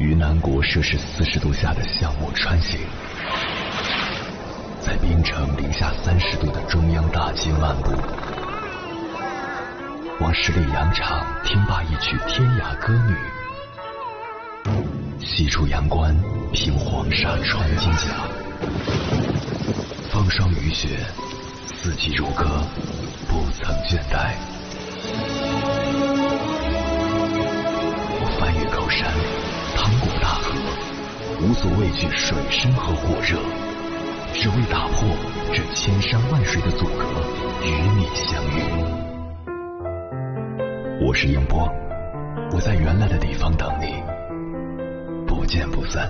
于南国摄氏40度下的项目穿行，在冰城零下30度的中央大街漫步，往十里洋场听罢一曲天涯歌女，西出阳关凭黄沙穿金甲，风霜雨雪，四季如歌，不曾倦怠。我翻越高山，趟过大河，无所畏惧水深和火热，只为打破这千山万水的阻隔，与你相遇。我是英波，我在原来的地方等你，不见不散。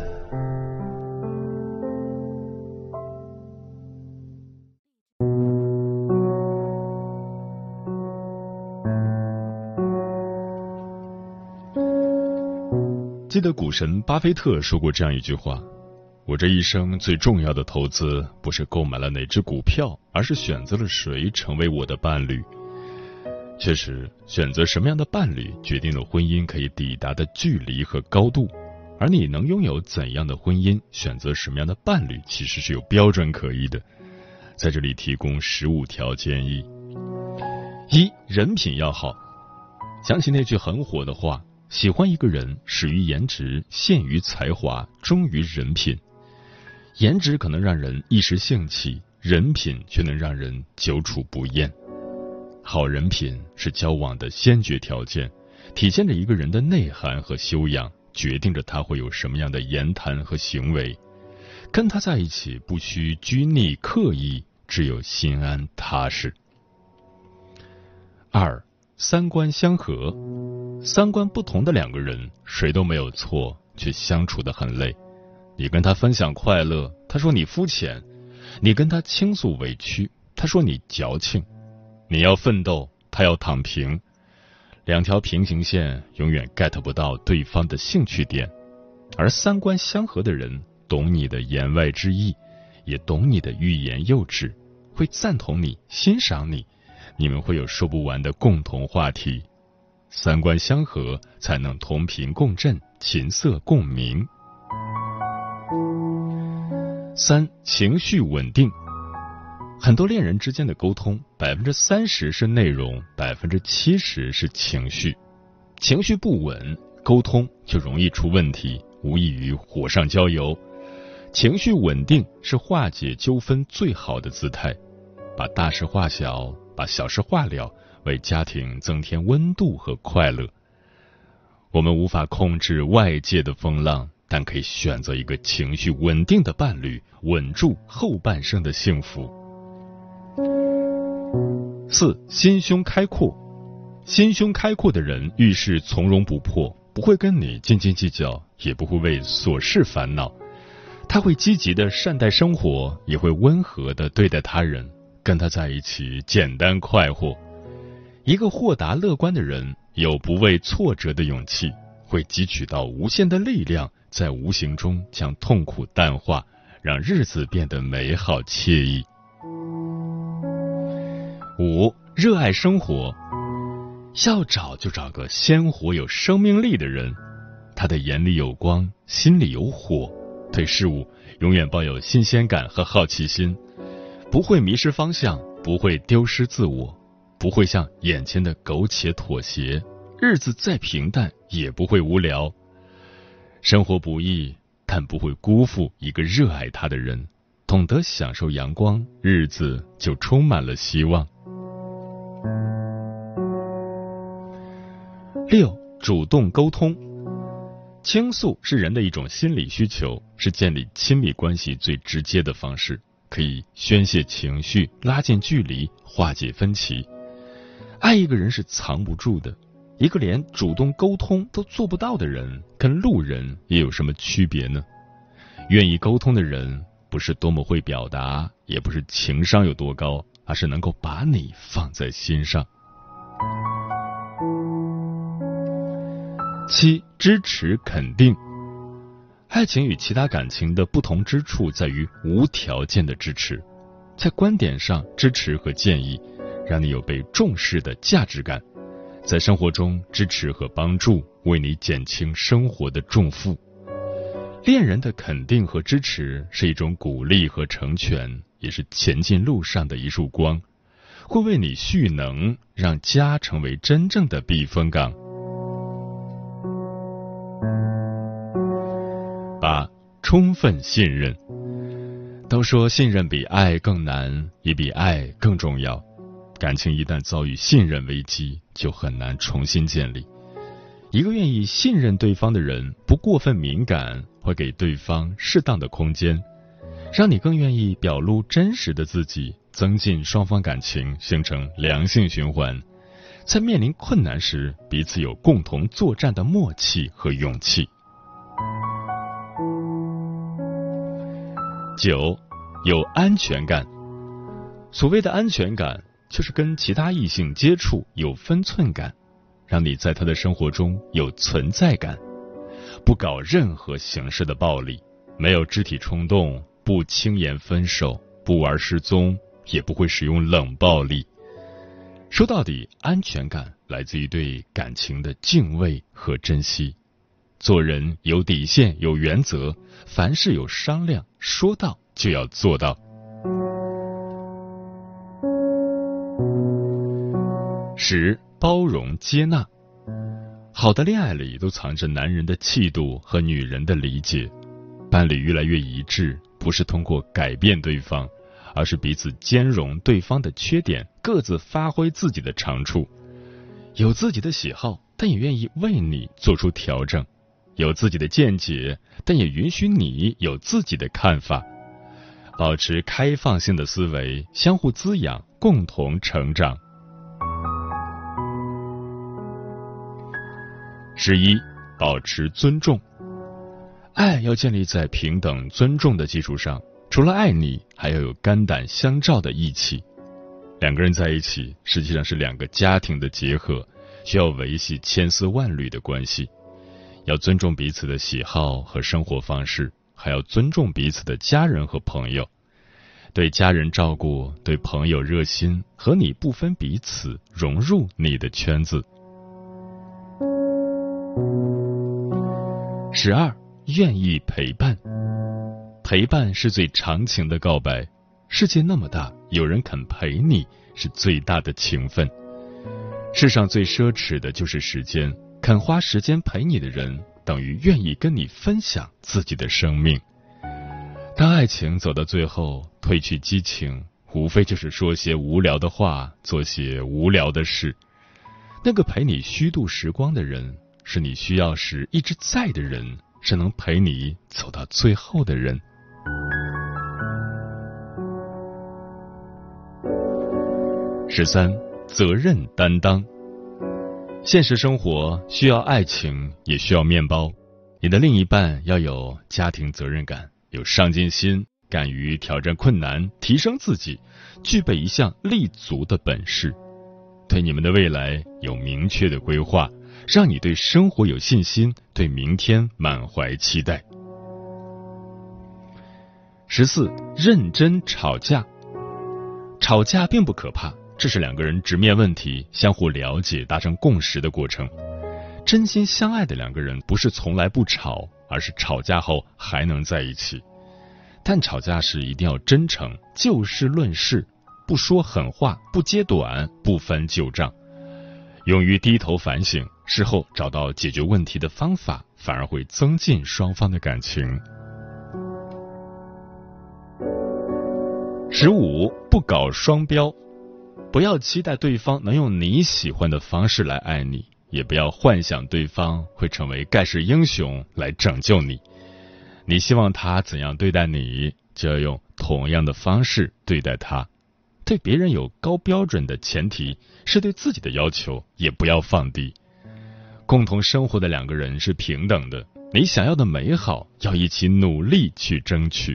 记得股神巴菲特说过这样一句话：我这一生最重要的投资，不是购买了哪只股票，而是选择了谁成为我的伴侣。确实，选择什么样的伴侣，决定了婚姻可以抵达的距离和高度，而你能拥有怎样的婚姻，选择什么样的伴侣，其实是有标准可依的。在这里提供15条建议。1. 人品要好。想起那句很火的话，喜欢一个人，始于颜值，陷于才华，忠于人品。颜值可能让人一时兴起，人品却能让人久处不厌。好人品是交往的先决条件，体现着一个人的内涵和修养，决定着他会有什么样的言谈和行为。跟他在一起，不需拘泥刻意，只有心安踏实。2. 三观相合。三观不同的两个人，谁都没有错，却相处得很累。你跟他分享快乐，他说你肤浅；你跟他倾诉委屈，他说你矫情。你要奋斗，他要躺平。两条平行线永远 get 不到对方的兴趣点。而三观相合的人，懂你的言外之意，也懂你的欲言又止，会赞同你，欣赏你，你们会有说不完的共同话题。三观相合，才能同频共振，琴瑟共鸣。3. 情绪稳定。很多恋人之间的沟通，30%是内容，70%是情绪。情绪不稳，沟通就容易出问题，无异于火上浇油。情绪稳定是化解纠纷最好的姿态，把大事化小，把小事化了，为家庭增添温度和快乐。我们无法控制外界的风浪，但可以选择一个情绪稳定的伴侣，稳住后半生的幸福。4. 心胸开阔。心胸开阔的人遇事从容不迫，不会跟你斤斤计较，也不会为琐事烦恼。他会积极的善待生活，也会温和的对待他人。跟他在一起简单快活。一个豁达乐观的人，有不畏挫折的勇气，会汲取到无限的力量，在无形中将痛苦淡化，让日子变得美好惬意。5. 热爱生活。要找就找个鲜活有生命力的人，他的眼里有光，心里有火，对事物永远抱有新鲜感和好奇心，不会迷失方向，不会丢失自我，不会向眼前的苟且妥协，日子再平淡也不会无聊。生活不易，但不会辜负一个热爱他的人，懂得享受阳光，日子就充满了希望。6. 主动沟通。倾诉是人的一种心理需求，是建立亲密关系最直接的方式，可以宣泄情绪，拉近距离，化解分歧。爱一个人是藏不住的，一个连主动沟通都做不到的人，跟路人也有什么区别呢？愿意沟通的人，不是多么会表达，也不是情商有多高，而是能够把你放在心上。7. 支持肯定。爱情与其他感情的不同之处在于无条件的支持，在观点上支持和建议，让你有被重视的价值感，在生活中支持和帮助，为你减轻生活的重负， 恋人的肯定和支持是一种鼓励和成全，也是前进路上的一束光，会为你蓄能，让家成为真正的避风港。8. 充分信任。都说信任比爱更难，也比爱更重要。感情一旦遭遇信任危机，就很难重新建立。一个愿意信任对方的人，不过分敏感，会给对方适当的空间，让你更愿意表露真实的自己，增进双方感情，形成良性循环。在面临困难时，彼此有共同作战的默契和勇气。9. 有安全感。所谓的安全感，就是跟其他异性接触有分寸感，让你在他的生活中有存在感，不搞任何形式的暴力，没有肢体冲动，不轻言分手，不玩失踪，也不会使用冷暴力。说到底，安全感来自于对感情的敬畏和珍惜。做人有底线，有原则，凡事有商量，说到就要做到。10. 包容接纳。好的恋爱里都藏着男人的气度和女人的理解。伴侣越来越一致，不是通过改变对方，而是彼此兼容对方的缺点，各自发挥自己的长处。有自己的喜好，但也愿意为你做出调整；有自己的见解，但也允许你有自己的看法。保持开放性的思维，相互滋养，共同成长。11. 保持尊重。爱要建立在平等尊重的基础上，除了爱你，还要有肝胆相照的义气。两个人在一起，实际上是两个家庭的结合，需要维系千丝万缕的关系。要尊重彼此的喜好和生活方式，还要尊重彼此的家人和朋友。对家人照顾，对朋友热心，和你不分彼此，融入你的圈子。12. 愿意陪伴。陪伴是最长情的告白。世界那么大，有人肯陪你，是最大的情分。世上最奢侈的就是时间，肯花时间陪你的人，等于愿意跟你分享自己的生命。当爱情走到最后，褪去激情，无非就是说些无聊的话，做些无聊的事。那个陪你虚度时光的人，是你需要时一直在的人，是能陪你走到最后的人。13. 责任担当。现实生活需要爱情，也需要面包。你的另一半要有家庭责任感，有上进心，敢于挑战困难，提升自己，具备一项立足的本事。对你们的未来有明确的规划，让你对生活有信心，对明天满怀期待。14. 认真吵架。吵架并不可怕，这是两个人直面问题，相互了解，达成共识的过程。真心相爱的两个人，不是从来不吵，而是吵架后还能在一起。但吵架时一定要真诚，就事论事，不说狠话，不揭短，不翻旧账。勇于低头反省，事后找到解决问题的方法，反而会增进双方的感情。15. 不搞双标。不要期待对方能用你喜欢的方式来爱你，也不要幻想对方会成为盖世英雄来拯救你。你希望他怎样对待你，就要用同样的方式对待他。对别人有高标准的前提，是对自己的要求也不要放低。共同生活的两个人是平等的，你想要的美好，要一起努力去争取。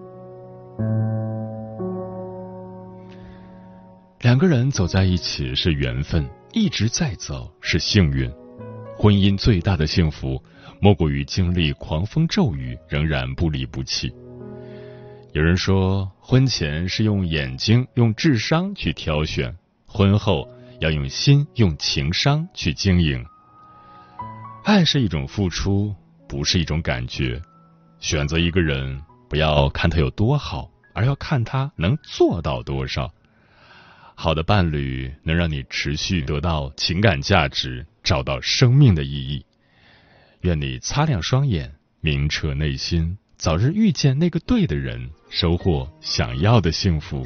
两个人走在一起是缘分，一直在走是幸运。婚姻最大的幸福，莫过于经历狂风骤雨，仍然不离不弃。有人说，婚前是用眼睛、用智商去挑选，婚后要用心、用情商去经营。爱是一种付出，不是一种感觉。 选择一个人，不要看他有多好，而要看他能做到多少。好的伴侣能让你持续得到情感价值，找到生命的意义。愿你擦亮双眼，明澈内心，早日遇见那个对的人，收获想要的幸福。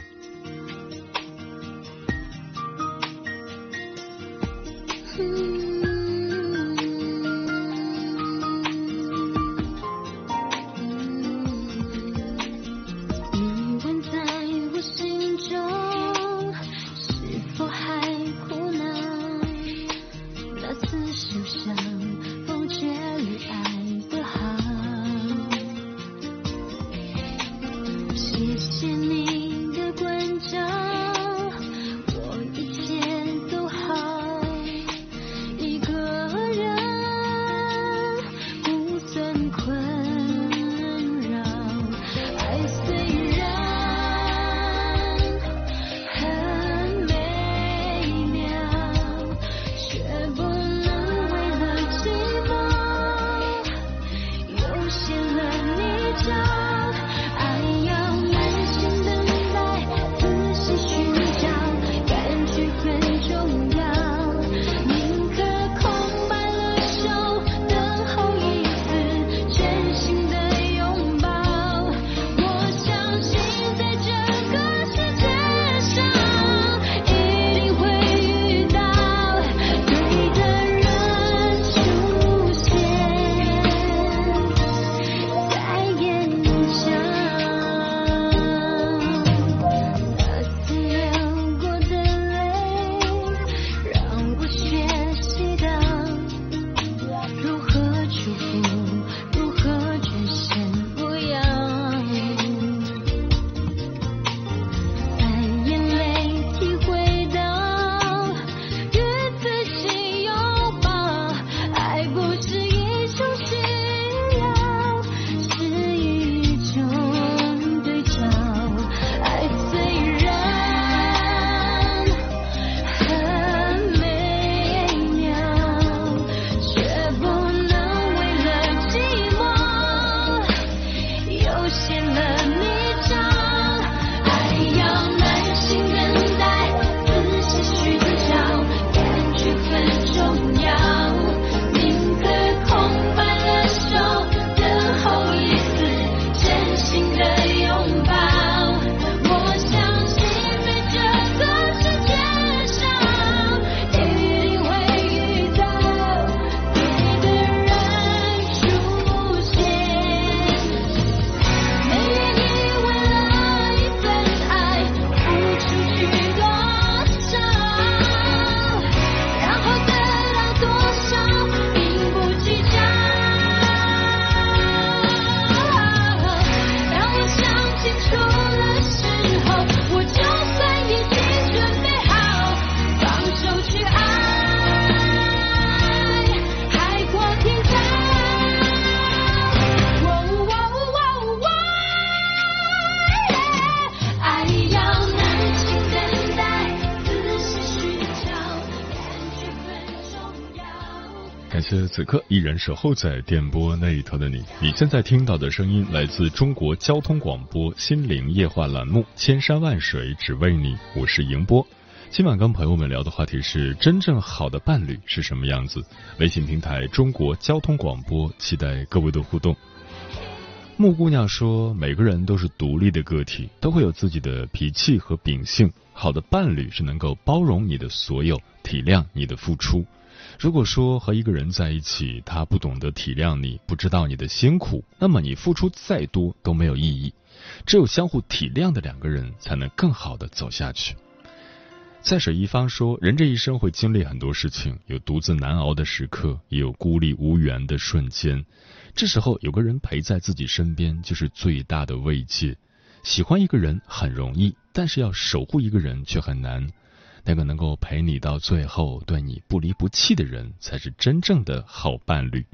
感谢此刻依然守候在电波那一头的你。你现在听到的声音来自中国交通广播心灵夜话栏目《千山万水只为你》，我是迎波。今晚跟朋友们聊的话题是真正好的伴侣是什么样子。微信平台中国交通广播，期待各位的互动。木姑娘说，每个人都是独立的个体，都会有自己的脾气和秉性。好的伴侣是能够包容你的所有，体谅你的付出。如果说和一个人在一起，他不懂得体谅你，不知道你的辛苦，那么你付出再多都没有意义。只有相互体谅的两个人，才能更好的走下去。在水一方说，人这一生会经历很多事情，有独自难熬的时刻，也有孤立无援的瞬间。这时候有个人陪在自己身边，就是最大的慰藉。喜欢一个人很容易，但是要守护一个人却很难。那个能够陪你到最后，对你不离不弃的人，才是真正的好伴侣。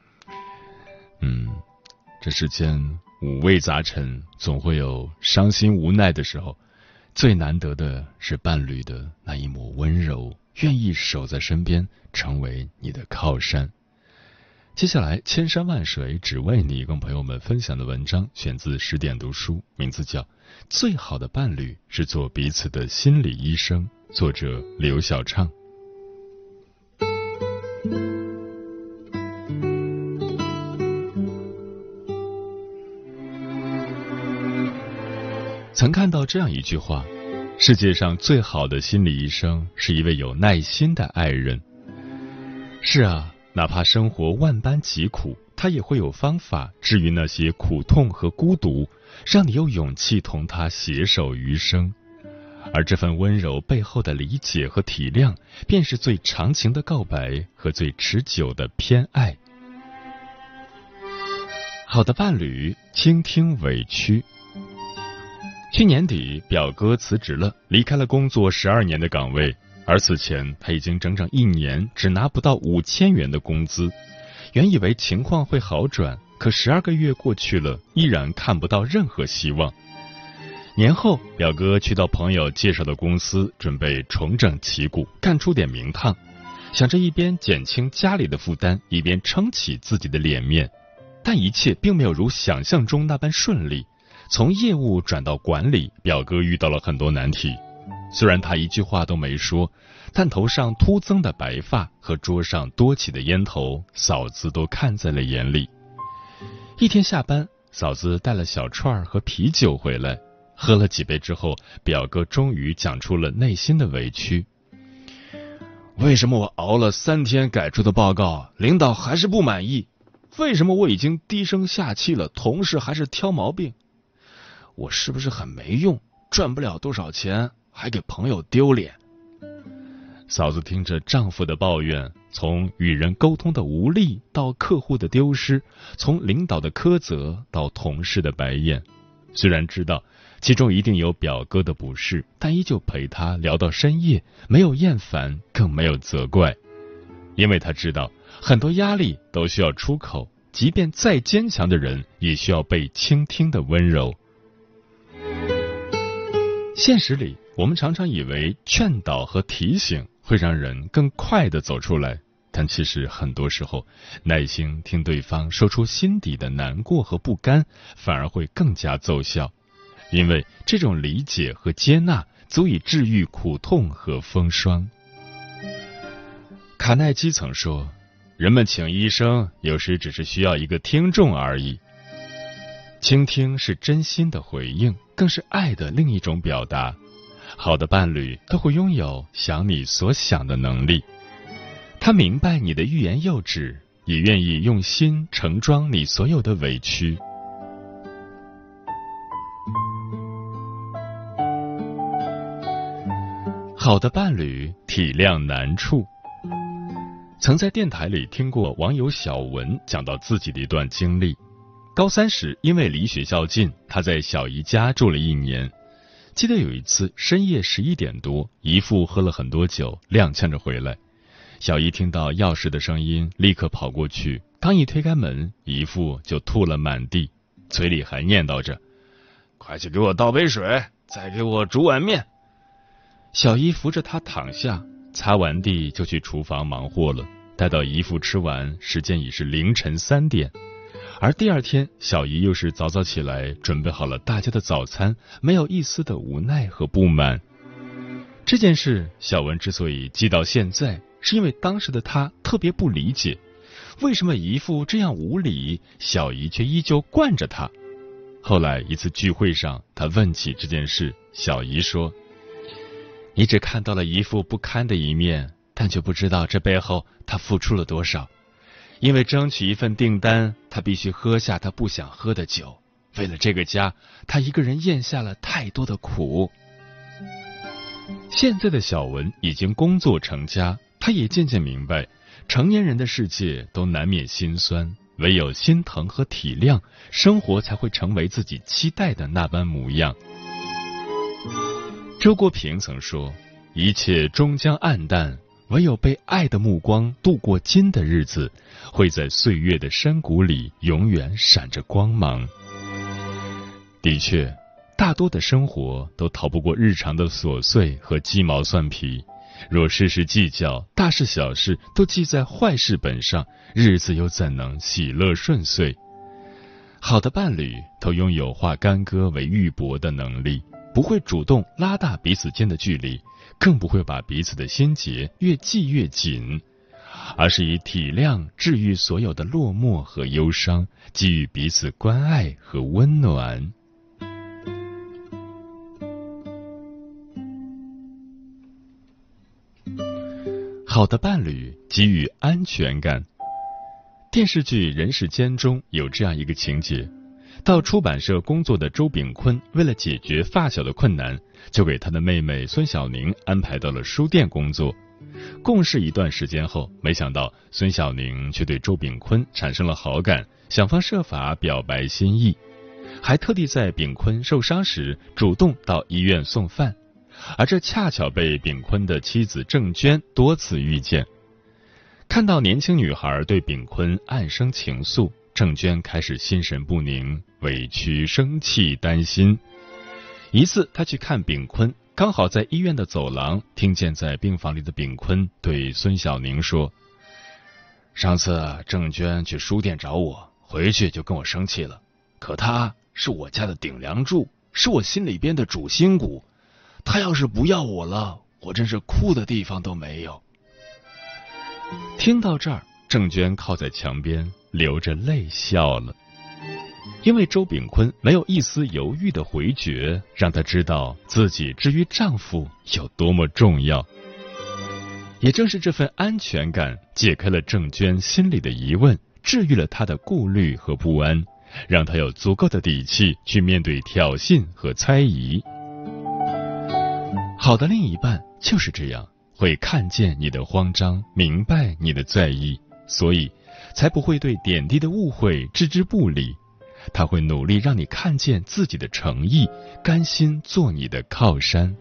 这世间五味杂陈，总会有伤心无奈的时候。最难得的是伴侣的那一抹温柔，愿意守在身边，成为你的靠山。 接下来，千山万水只为你，跟朋友们分享的文章选自10点读书，名字叫《最好的伴侣是做彼此的心理医生》，作者刘小畅。曾看到这样一句话：世界上最好的心理医生是一位有耐心的爱人。是啊，哪怕生活万般疾苦，他也会有方法治愈那些苦痛和孤独，让你有勇气同他携手余生。而这份温柔背后的理解和体谅，便是最长情的告白和最持久的偏爱。好的伴侣，倾听委屈。去年底，表哥辞职了，离开了工作12年的岗位，而此前他已经整整1年只拿不到5000元的工资。原以为情况会好转，可12个月过去了，依然看不到任何希望。年后，表哥去到朋友介绍的公司，准备重整旗鼓，干出点名堂，想着一边减轻家里的负担，一边撑起自己的脸面。但一切并没有如想象中那般顺利。从业务转到管理，表哥遇到了很多难题。虽然他一句话都没说，但头上突增的白发和桌上多起的烟头，嫂子都看在了眼里。一天下班，嫂子带了小串和啤酒回来，喝了几杯之后，表哥终于讲出了内心的委屈。为什么我熬了3天改出的报告，领导还是不满意？为什么我已经低声下气了，同事还是挑毛病？我是不是很没用，赚不了多少钱，还给朋友丢脸？嫂子听着丈夫的抱怨，从与人沟通的无力到客户的丢失，从领导的苛责到同事的白眼，虽然知道其中一定有表哥的不是，但依旧陪他聊到深夜，没有厌烦，更没有责怪。因为他知道很多压力都需要出口，即便再坚强的人，也需要被倾听的温柔。现实里，我们常常以为劝导和提醒会让人更快地走出来，但其实很多时候，耐心听对方说出心底的难过和不甘，反而会更加奏效。因为这种理解和接纳，足以治愈苦痛和风霜。卡耐基曾说，人们请医生，有时只是需要一个听众而已。倾听是真心的回应，更是爱的另一种表达。好的伴侣都会拥有想你所想的能力，他明白你的欲言又止，也愿意用心盛装你所有的委屈。好的伴侣体谅难处。曾在电台里听过网友小文讲到自己的一段经历。高3时，因为离学校近，他在小姨家住了1年。记得有一次深夜11点多，姨父喝了很多酒，踉跄着回来。小姨听到钥匙的声音，立刻跑过去，刚一推开门，姨父就吐了满地，嘴里还念叨着：“快去给我倒杯水，再给我煮碗面。”小姨扶着他躺下，擦完地就去厨房忙活了。待到姨父吃完，时间已是凌晨3点。而第二天，小姨又是早早起来，准备好了大家的早餐，没有一丝的无奈和不满。这件事，小文之所以记到现在，是因为当时的他特别不理解，为什么姨父这样无理，小姨却依旧惯着他。后来一次聚会上，他问起这件事，小姨说：“你只看到了姨父不堪的一面，但却不知道这背后他付出了多少。因为争取一份订单，他必须喝下他不想喝的酒。为了这个家，他一个人咽下了太多的苦。”现在的小文已经工作成家，他也渐渐明白，成年人的世界都难免心酸，唯有心疼和体谅，生活才会成为自己期待的那般模样。周国平曾说：“一切终将暗淡，唯有被爱的目光度过今的日子，会在岁月的山谷里永远闪着光芒。”的确，大多的生活都逃不过日常的琐碎和鸡毛蒜皮， 若事事计较，大事小事都记在坏事本上，日子又怎能喜乐顺遂？好的伴侣都拥有化干戈为玉帛的能力，不会主动拉大彼此间的距离，更不会把彼此的心结越系越紧，而是以体谅治愈所有的落寞和忧伤，给予彼此关爱和温暖。好的伴侣给予安全感。电视剧《人世间》中有这样一个情节，到出版社工作的周炳坤为了解决发小的困难，就给他的妹妹孙小宁安排到了书店工作。共事一段时间后，没想到孙小宁却对周炳坤产生了好感，想方设法表白心意，还特地在炳坤受伤时主动到医院送饭，而这恰巧被炳坤的妻子郑娟多次遇见。看到年轻女孩对炳坤暗生情愫，郑娟开始心神不宁，委屈、生气、担心。一次她去看炳坤，刚好在医院的走廊听见在病房里的炳坤对孙小宁说，上次郑娟去书店找我，回去就跟我生气了，可她是我家的顶梁柱，是我心里边的主心骨，她要是不要我了，我真是哭的地方都没有。听到这儿，郑娟靠在墙边流着泪笑了，因为周炳坤没有一丝犹豫的回绝，让她知道自己之于丈夫有多么重要。也正是这份安全感解开了郑娟心里的疑问，治愈了她的顾虑和不安，让她有足够的底气去面对挑衅和猜疑。好的另一半就是这样，会看见你的慌张，明白你的在意，所以才不会对点滴的误会置之不理。他会努力让你看见自己的诚意，甘心做你的靠山。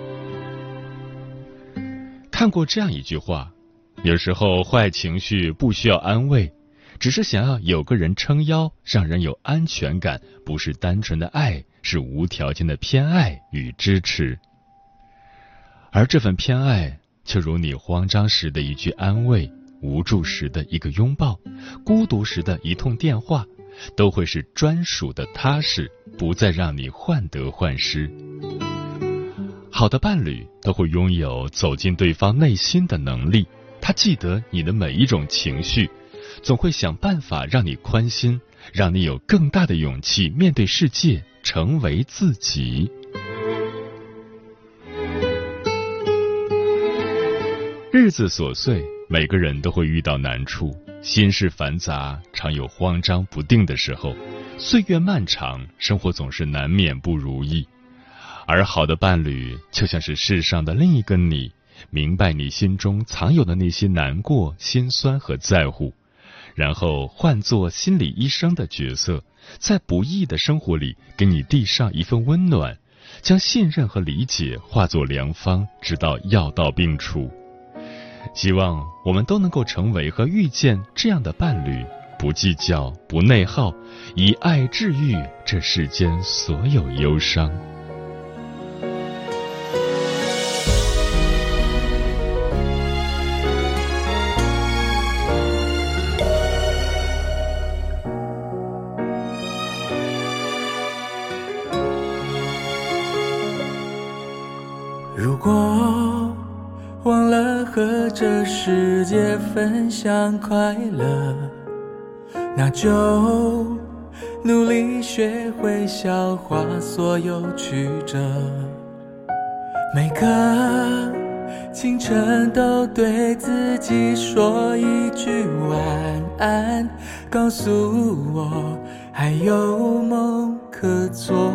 看过这样一句话，有时候坏情绪不需要安慰，只是想要有个人撑腰，让人有安全感，不是单纯的爱，是无条件的偏爱与支持。而这份偏爱，就如你慌张时的一句安慰，无助时的一个拥抱，孤独时的一通电话，都会是专属的踏实，不再让你患得患失。好的伴侣都会拥有走进对方内心的能力，他记得你的每一种情绪，总会想办法让你宽心，让你有更大的勇气面对世界，成为自己。日子琐碎，每个人都会遇到难处，心事繁杂，常有慌张不定的时候。岁月漫长，生活总是难免不如意。而好的伴侣就像是世上的另一个你，明白你心中藏有的那些难过、心酸和在乎，然后换作心理医生的角色，在不易的生活里给你递上一份温暖，将信任和理解化作良方，直到药到病除。希望我们都能够成为和遇见这样的伴侣，不计较，不内耗，以爱治愈这世间所有忧伤。 如果忘了和这世界分享快乐，那就努力学会消化所有曲折。每个清晨都对自己说一句晚安，告诉我还有梦可做。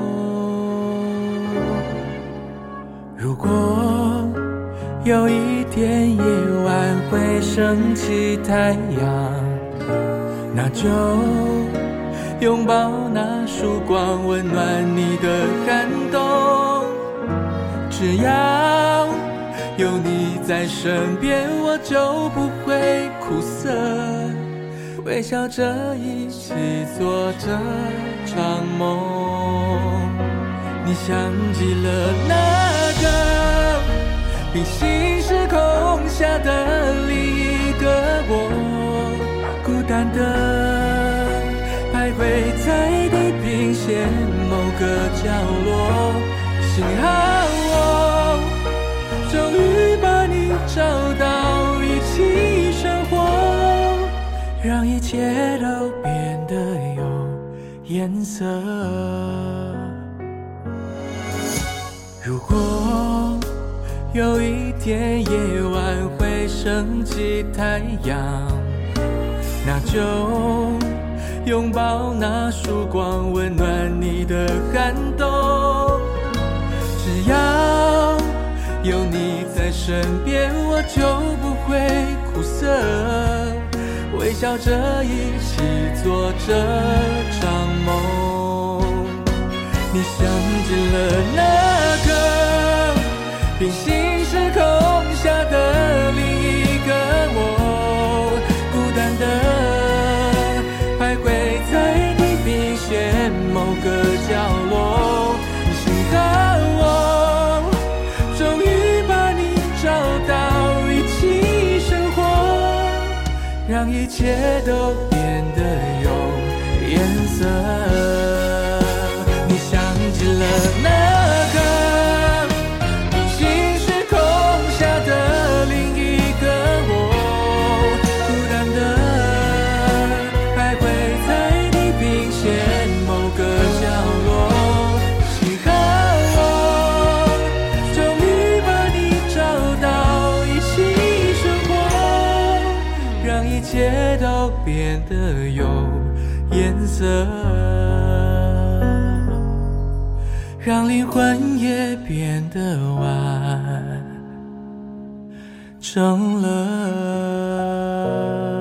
如果有一天夜晚会升起太阳，那就拥抱那曙光，温暖你的感动。只要有你在身边，我就不会苦涩，微笑着一起做这场梦。你想起了那个平行时空下的另一个我，孤单的徘徊在地平线某个角落。幸好我终于把你找到，一起生活，让一切都变得有颜色。如果有一天夜晚会升起太阳，那就拥抱那束光，温暖你的寒冬。只要有你在身边，我就不会苦涩，微笑着一起做这场梦。你想进了那个平行时空下的另一个我，孤单的徘徊在地平线某个角落。幸好我终于把你找到，一起生活，让一切都变得有颜色。你想进了那个平行时空下的另一个我，孤单的徘徊在地平线某个角落。幸好我终于把你找到，一起生活，让一切都变得有颜色，让灵魂也变得完整了。